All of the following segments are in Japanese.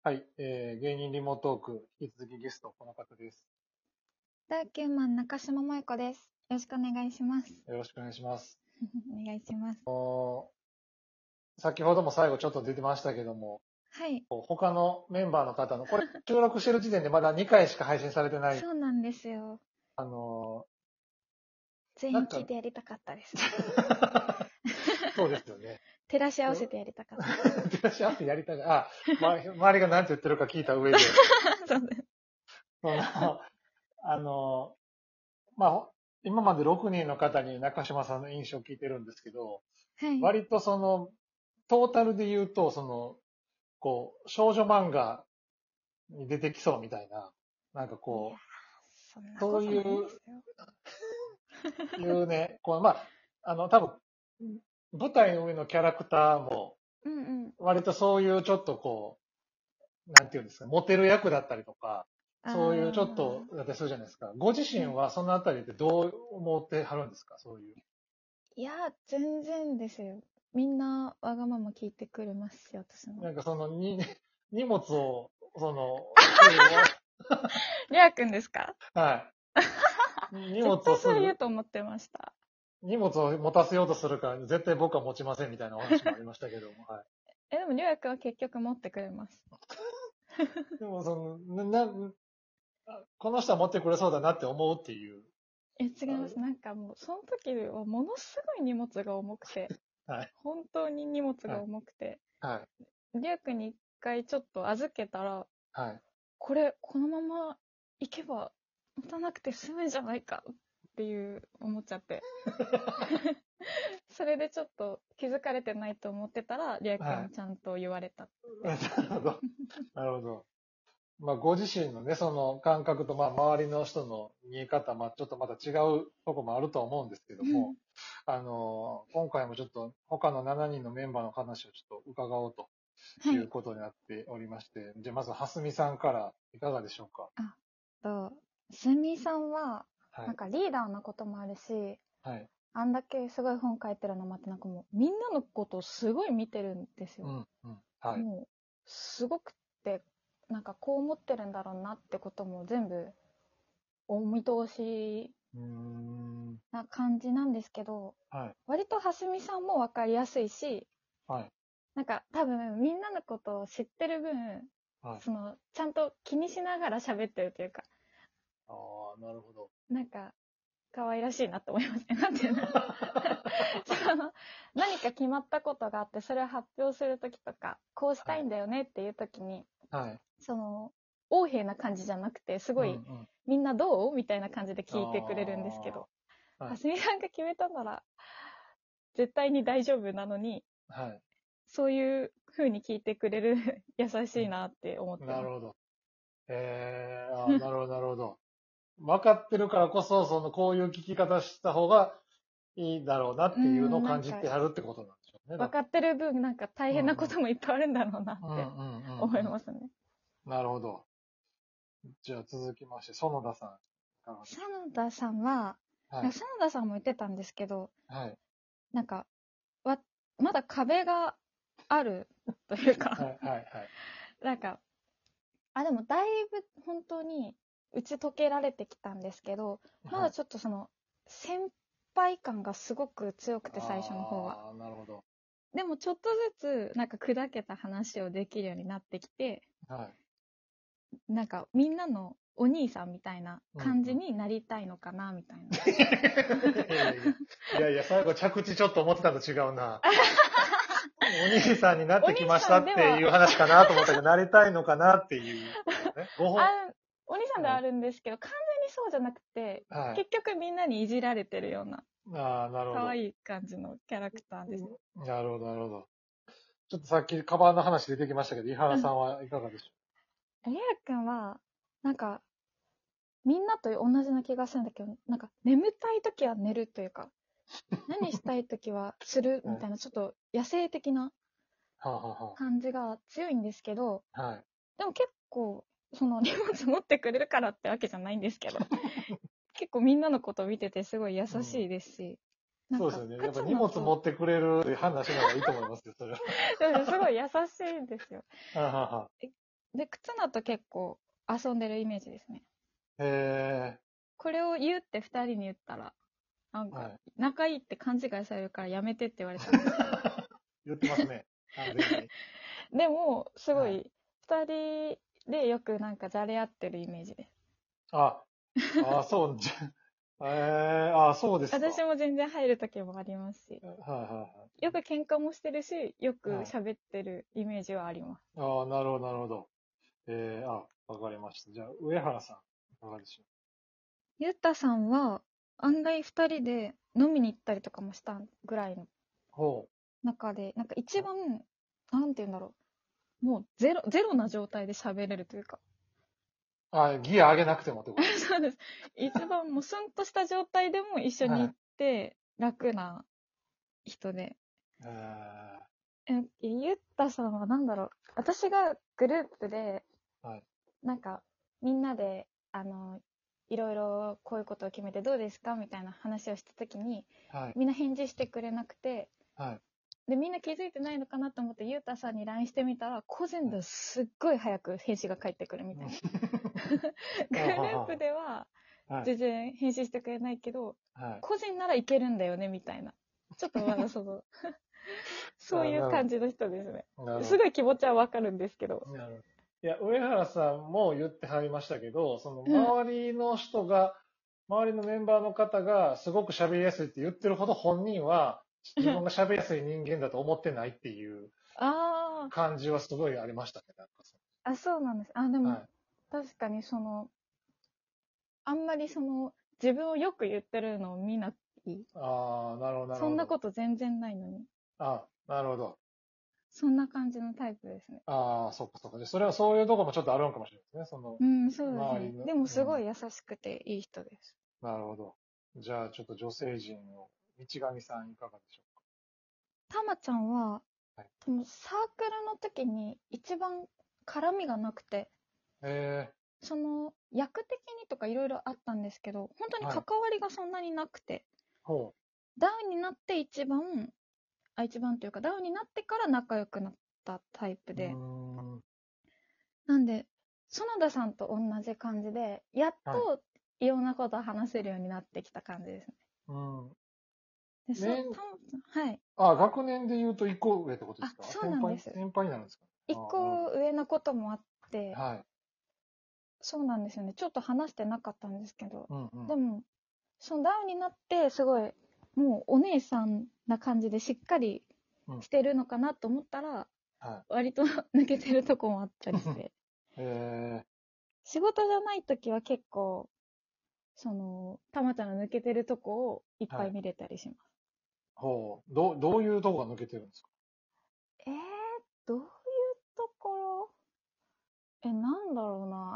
はい、芸人リモートーク、引き続きゲスト、この方です。 ダーキューマン中島萌子です。よろしくお願いします。 よろしくお願いします。 お願いします。 先ほども最後ちょっと出てましたけども、 はい。 他のメンバーの方の、これ収録してる時点でまだ2回しか配信されてない、 そうなんですよ。 あの全なんか、 員聞いてやりたかったです。 そうですよね。 照らし合わせてやりたかった。 照らし合わせやりたが、周りが何て言ってるか聞いた上で、 そうです。 その、あの、まあ、今まで6人の方に中島さんの印象を聞いてるんですけど、 はい。 割とトータルで言うと、少女漫画に出てきそうみたいな、なんかいやー、 こそんなそことないでういう、 すよ。 いうね、多分、舞台の上のキャラクターも、 うんうん。 割とそういうちょっとなんていうんですか、モテる役だったりとか、 あそういうちょっと、 ー。 だったりするじゃないですか。ご自身はい。 はそのあたりってどう思ってはるんですか、そういう。 いやー、全然ですよ。みんなわがまま聞いてくれますし、私の。 なんか荷物を、要は、 りゃーくんですか？ はい。荷物絶対それ言うをすぐ、 と思ってました。 荷物を持たせようとするから、絶対僕は持ちませんみたいなお話もありましたけども、はい。 でもりゃーくんは結局持ってくれます。 でも、この人は持ってくれそうだなって思うっていう。 違います。なんかもう、その時はものすごい荷物が重くて、 はい。 本当に荷物がはい。 重くて、 はい。 リュウ君に一回ちょっと預けたら、 はい。 これ、このまま行けば持たなくて済むんじゃないかって思っちゃって。それでちょっと気づかれてないと思ってたら、リュウ君はい。 にちゃんと言われたってな感じ。 るほど。なるほど。まあ、ご自身のね、その感覚と、まあ、周りの人の見え方、まあ、ちょっとまた違うとこもあるとは思うんですけども、今回もちょっと他の7人のメンバーの話をちょっと伺おうとはい。 いうことになっておりまして、じゃあまず、はすみさんからいかがでしょうか。 あ、と、すみさんは、 はい。 なんかリーダーなこともあるし、 はい。 あんだけすごい本書いてるのもあって、なんかもうみんなのことをすごい見てるんですよ。 うん。うん。はい。 もう、すごくって、なんかこう思ってるんだろうなってことも全部お見通しうーん。 な感じなんですけど、 はい。 割とはすみさんもわかりやすいし、 はい。 なんか多分みんなのことを知ってる分、 はい。 ちゃんと気にしながら喋ってるというか、 ああ、なるほど。 なんか可愛らしいなと思いますね。なんていうのその何か決まったことがあって、それを発表するときとか、こうしたはい。 いんだよねっていうときに、 はい。 横柄な感じじゃなくて、すうん。うごい、 ん。 みんなどうみたいな感じであ聞いてくれるんですけど、 あ、はい。 はすみさんが決めたなら、絶対に大丈夫なのに、 はい。 そういう風に聞いてくれる優しいなって思っうん、 てます。 なるほど。なるほど、なるほど。分かってるからこそ、こういう聞き方した方がいいだろうなっていうのをなんか、 感じてはるってことなんでしょうね。だか分かってる分、なんか大ら。うん変なこともいっぱいあるんだろうなっうん。うんてうんうん思いうん。 ますね。 なるほど。じゃあ続きまして、園田さん、いかがでし園田さんは、 ょう。はい。 園田さんも言ってたんですけど、 はい。 なんか、わ、まだ壁があるというかはい。はい。はい。 なんか、でもだいぶ本当に打ち解けられてきたんですけど、まはい。 だちょっと先輩感がすごく強くて、最初の方は。 ああ、なるほど。 でもちょっとずつ、なんか砕けた話をできるようになってきて、 はい。 なんかみんなのお兄さんみたいなうんうん。 感じになりたいのかな、みたいな。 いやいやいや。いやいや、最後着地ちょっと思ってたのと違うな。お兄さんになっお兄てきましさんでは、 たっていう話かなと思ったけど、なりたいのかなっていうことね。 あお兄さんではあはい。 るんですけど、完全にそうじゃなくて、 はい。 結局みんなにいじられてるような、 ああ、なるほど。 可愛い感じのキャラクターです。 なるほど、なるほど。ちょっとさっきカバンの話出てきましたけど、井原うん。 さんはいかがでしょリアくんは、なんか、みんなと同じな気がするんだけど、なんか、眠たい時は寝るというか、何したい時はするう。はい。 みたいな、ちょっと野生的なはあ、は感じが強いんですけど、 あはあ、はい。 でも結構、荷物持ってくれるからってわけじゃないんですけど、結構みんなのことを見ててすごい優うん。 しいですし、なんか、 そうですよね。やっぱ勝つ荷物持のと、 ってくれるって判断しながらいいと思いますよ、それは。 すごい優しいんですよ。 はあ、はあはえで、忽那と結構遊んでるイメージですね。 へこれを言うって二人に言ったら、なんか、 はい。 仲いいって勘違いされるからやめてって言われたんですけど。 言ってますね。完全に。 でも、すごはい。 い、二人でよくなんかじゃれ合ってるイメージです。 あ、あ、そう、あ、そうですか。 私も全然入る時もありますし、 はいはよく喧嘩もしてるし、よくいはい。はい。 喋ってるイメージはあります。 ああ、なるほど、なるほど。わかりました。じゃあ、上原さん、いかがでしょゆったさんは、案外二人で飲みに行ったりとかもしたぐらいのう。ほ中で、なんか一番、なんて言うんだろう。もうゼロな状態で喋れるというか。 う。あ、ギア上げなくてもってことですそうです。一番もうスンとした状態でも一緒か？ に行っはい。 て楽な人で。 はゆったさんはなんだろう。私がグループで、 い。 なんか、みんなで、いろいろこういうことを決めてどうですかみたいな話をしたときに、 はい。 みんな返事してくれなくて、 はい。 で、みんな気づいてないのかなと思って、ゆうたさんに LINE してみたら、個人はい。 ですっごい早く返信が返ってくるみたいな。グはループはではは。はい。 全然返信してくれないけど、 はい。 個人ならいけるんだよねみたいな。ちょっとまだそういう感じの人ですね。 なるほど。 すごい気持ちはわかるんですけど。 なるほど。いや、上原さんも言ってはりましたけど、そのうん。 周りの人が、周りのメンバーの方がすごく喋りやすいって言ってるほど本人は自分が喋りやすい人間だと思ってないっていうあ感じはすごいありましたね。なんかあ、そうなんです。あ、でも、 はい。 確かにあんまり自分をよく言ってるのを見ない。 ああ、なるほど、なるそんなほど。 こと全然ないのに。 あなるほど。 そんな感じのタイプですね。 ああ、そっかそっか。で、それはそういうとこもちょっとあるんかもしれないですね。 うん、そうですね。 周りの。 でもすうん。 ごい優しくていい人です。 なるほど。じゃあ、ちょっと女性陣を、道上さんいかがでしょたまちゃんは、 うか？はい。 でもサークルの時に一番絡みがなくて、 え役的にとかいろいろあったんですけど、本当にはい。 関わりがそんなになくて、 ほダウンになって一番というか、ダウンになってから仲良くなったタイプう。うで、 ーん。 なんで、園田さんと同じ感じで、やっはい。 といろんなことを話せるようになってきた感じですね。 うん。 で、 年、 はい。 学年で言うと一個上ってことですあ、 か？ そうなんです。 先輩になるんですか？あ一あ、なるほど。 個上のこともあって、 はい。 そうなんですよね。ちょっと話してなかったんですけど、 うんうん。 でも、そのダウンになって、すごい、もうお姉さんな感じでしっかりうん。 してるのかなと思ったら、 は割と抜けてるとこもあったりしい。 て、 え仕事じゃない時は結構、たまちゃんの抜けてるとこをいっぱいはい。 見れたりします。 ほう。どういうとこが抜けてるんですか？ どういうところなんだろうな。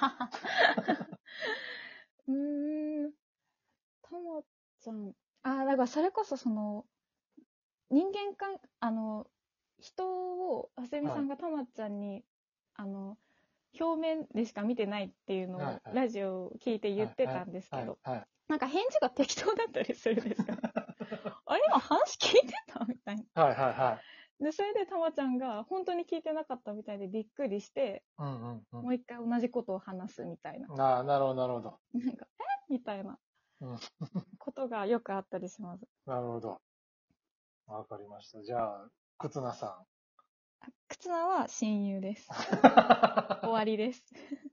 うーん、たまちゃん。だからそれこそ人間関、人を、あすみはい。 さんがたまちゃんに、あの、表面でしか見てないっていうのをはい。はい。 ラジオを聞いて言はい。 ってたはい。 んですけど、 はい。はい。 なんか返事が適当だったりするんですよね。あれ今話聞いてたみたいな。 はい。はい。はい。 で、それでたまちゃんが本当に聞いてなかったみたいでびっくりして、 うんうんうん。 もう一回同じことを話すみたいな。 ああ、なるほど、なるほど。 なんか、みたいなうん。 ことがよくあったりします。 なるほど。わかりました。じゃあ、忽那さ忽那は親友です。終ん。 わりです。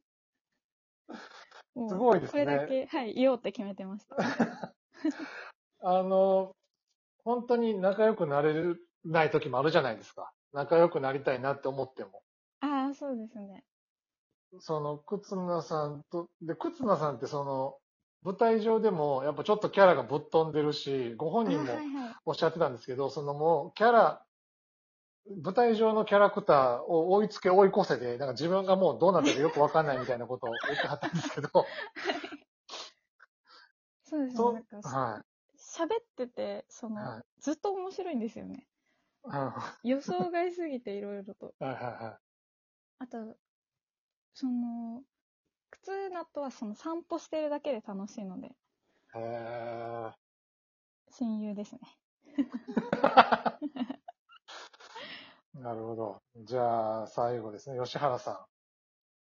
もう、 すごいでこすね。 れだけ、はい、言おうって決めてました。 あの、本当に仲良くなれない時もあるじゃないですか。仲良くなりたいなって思っても。 ああ、そうですね。 忽那さんと、で、忽那さんって舞台上でも、やっぱちょっとキャラがぶっ飛んでるし、ご本ああ、 人もはいはい。 おっしゃってたんですけど、もう、舞台上のキャラクターを追いつけ追い越せで、なんか自分がもうどうなったかよくわかんないみたいなことを言ってはったんですけど、 はい。そうですね。なんか、 はい、 喋ってて、 はい、 ずっと面白いんですよね。 は予想外すぎていろいろと。 い、はい、はあと、その、靴なとは散歩してるだけで楽しいので、 い。へ親友ですね。 ー。なるほど。じゃあ、最後ですね。吉原さん。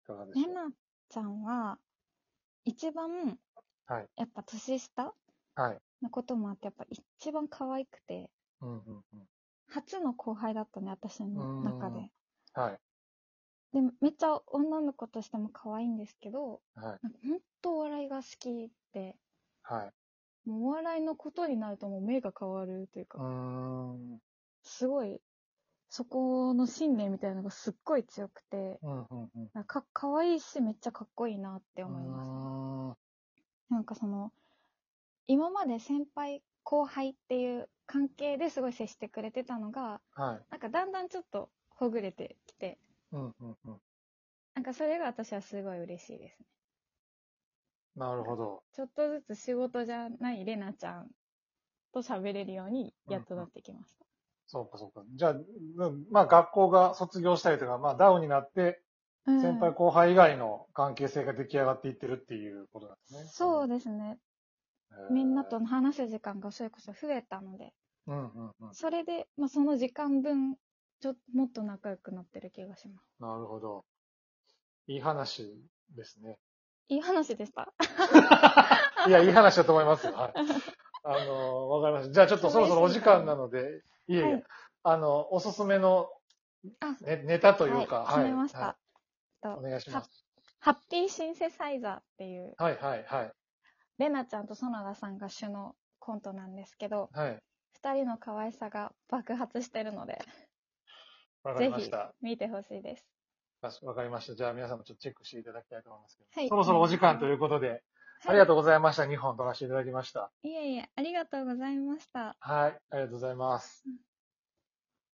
かがでしょう。 レナちゃんは、一番、 はい。 やっぱ年下はい。 のこともあって、やっぱ一番可愛くて、 うんうんうん。 初の後輩だったね、私の中で。 はい。 で、めっちゃ女の子としても可愛いんですけど、 はい。 なんか本当お笑いが好きで、 はい。 もうお笑いのことになるともう目が変わるというか、すごい、そこの信念みたいなのがすっごい強くて、 うんうんうん。 なんか可愛いしめっちゃかっこいいなって思います。なんかその、今まで先輩後輩っていう関係ですごい接してくれてたのが、 はい。 なんかだんだんちょっとほぐれてきて、 うんうんうん。 なんかそれが私はすごい嬉しいですね。 なるほど。 ちょっとずつ仕事じゃないレナちゃんと喋れるようにやっとなってきました。 そうかそうか。じゃあ、まあ学校が卒業したりとか、まあダウンになって、先輩後輩以外の関係性が出来上がっていってるっていうことなんですね。 そうですね。みんなと話す時間がそれこそ増えたので、それで、まあ、その時間分、もっと仲良くなってる気がします。 なるほど。いい話ですね。 いい話でした。 いや、いい話だと思いますよ。はい。わかりました。じゃあちょっとそろそろお時間なので、いえいえ、 はい、 おすすめのネタというか、 決めました。 お願いします。 ハッピーシンセサイザーっていう、 はいはいはい。 レナちゃんと園田さんが主のコントなんですけど、 はい。 二人の可愛さが爆発してるので、 わかりぜひました。 見てほしいです。 わかりました。じゃあ皆さんもちょっとチェックしていただきたいと思いますけど。 はい。 そろそろお時間ということで、ありがとうございました。2本撮らせていただきました。 いえいえ、ありがとうございました。 はい。ありがとうございます。